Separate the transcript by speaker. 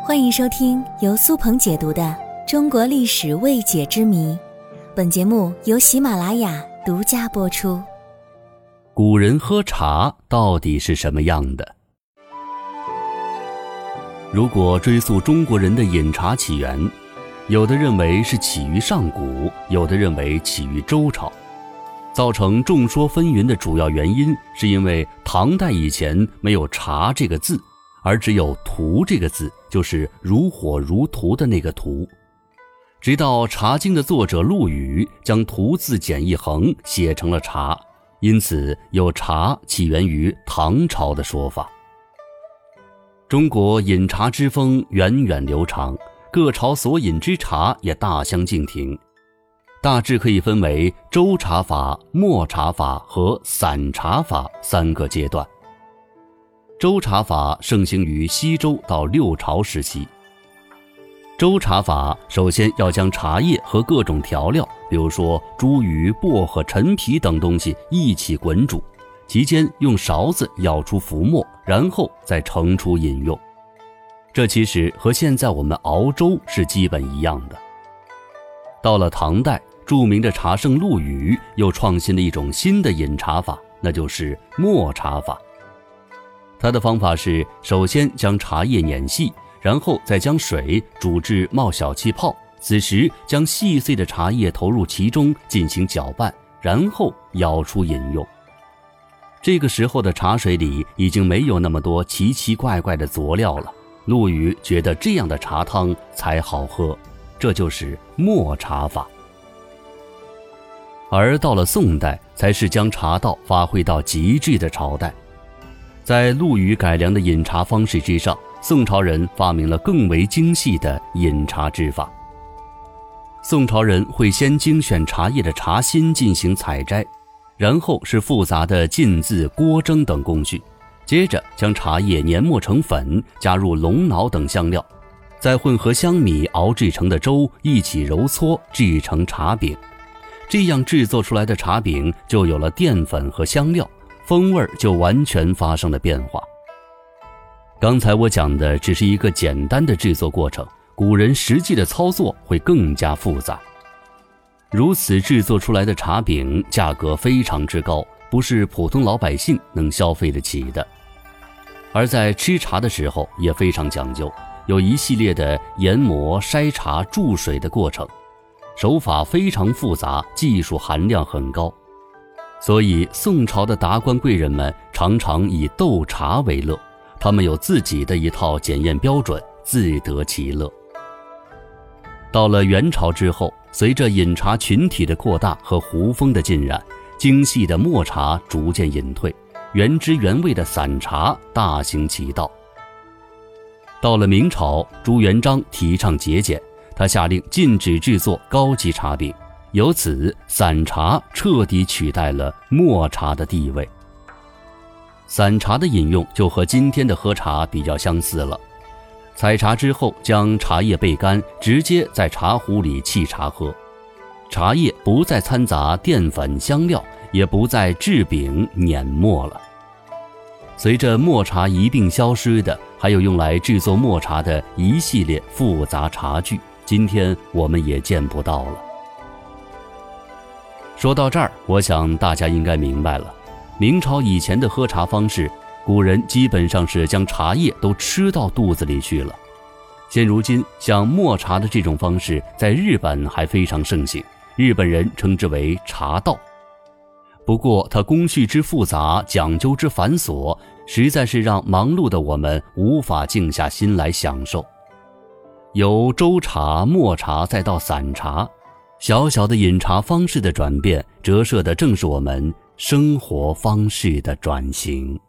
Speaker 1: 欢迎收听由苏鹏解读的《中国历史未解之谜》，本节目由喜马拉雅独家播出。
Speaker 2: 古人喝茶到底是什么样的？如果追溯中国人的饮茶起源，有的认为是起于上古，有的认为起于周朝。造成众说纷纭的主要原因，是因为唐代以前没有茶这个字，而只有荼这个字，就是如火如荼的那个荼。直到《茶经》的作者陆羽将荼字减一横写成了茶，因此有茶起源于唐朝的说法。中国饮茶之风源远流长，各朝所饮之茶也大相径庭，大致可以分为周茶法、末茶法和散茶法三个阶段。周茶法盛行于西周到六朝时期。周茶法首先要将茶叶和各种调料，比如说茱萸、薄荷、陈皮等东西一起滚煮，其间用勺子舀出浮沫，然后再盛出饮用。这其实和现在我们熬粥是基本一样的。到了唐代，著名的茶圣陆羽又创新了一种新的饮茶法，那就是末茶法。他的方法是首先将茶叶碾细，然后再将水煮至冒小气泡，此时将细碎的茶叶投入其中进行搅拌，然后舀出饮用。这个时候的茶水里已经没有那么多奇奇怪怪的佐料了，陆羽觉得这样的茶汤才好喝，这就是末茶法。而到了宋代，才是将茶道发挥到极致的朝代。在陆羽改良的饮茶方式之上，宋朝人发明了更为精细的饮茶之法。宋朝人会先精选茶叶的茶心进行采摘，然后是复杂的浸渍、锅蒸等工序，接着将茶叶研磨成粉，加入龙脑等香料，再混合香米熬制成的粥一起揉搓制成茶饼。这样制作出来的茶饼就有了淀粉和香料，风味就完全发生了变化。刚才我讲的只是一个简单的制作过程，古人实际的操作会更加复杂。如此制作出来的茶饼价格非常之高，不是普通老百姓能消费得起的。而在吃茶的时候也非常讲究，有一系列的研磨、筛茶、注水的过程，手法非常复杂，技术含量很高。所以宋朝的达官贵人们常常以斗茶为乐，他们有自己的一套检验标准，自得其乐。到了元朝之后，随着饮茶群体的扩大和壶风的浸染，精细的末茶逐渐隐退，原汁原味的散茶大行其道。到了明朝，朱元璋提倡节俭，他下令禁止制作高级茶饼，由此散茶彻底取代了末茶的地位。散茶的饮用就和今天的喝茶比较相似了。采茶之后将茶叶焙干，直接在茶壶里沏茶喝，茶叶不再掺杂淀粉香料，也不再制饼碾磨了。随着末茶一并消失的，还有用来制作末茶的一系列复杂茶具，今天我们也见不到了。说到这儿，我想大家应该明白了，明朝以前的喝茶方式，古人基本上是将茶叶都吃到肚子里去了。现如今像末茶的这种方式在日本还非常盛行，日本人称之为茶道。不过它工序之复杂，讲究之繁琐，实在是让忙碌的我们无法静下心来享受。由周茶、末茶再到散茶，小小的饮茶方式的转变，折射的正是我们生活方式的转型。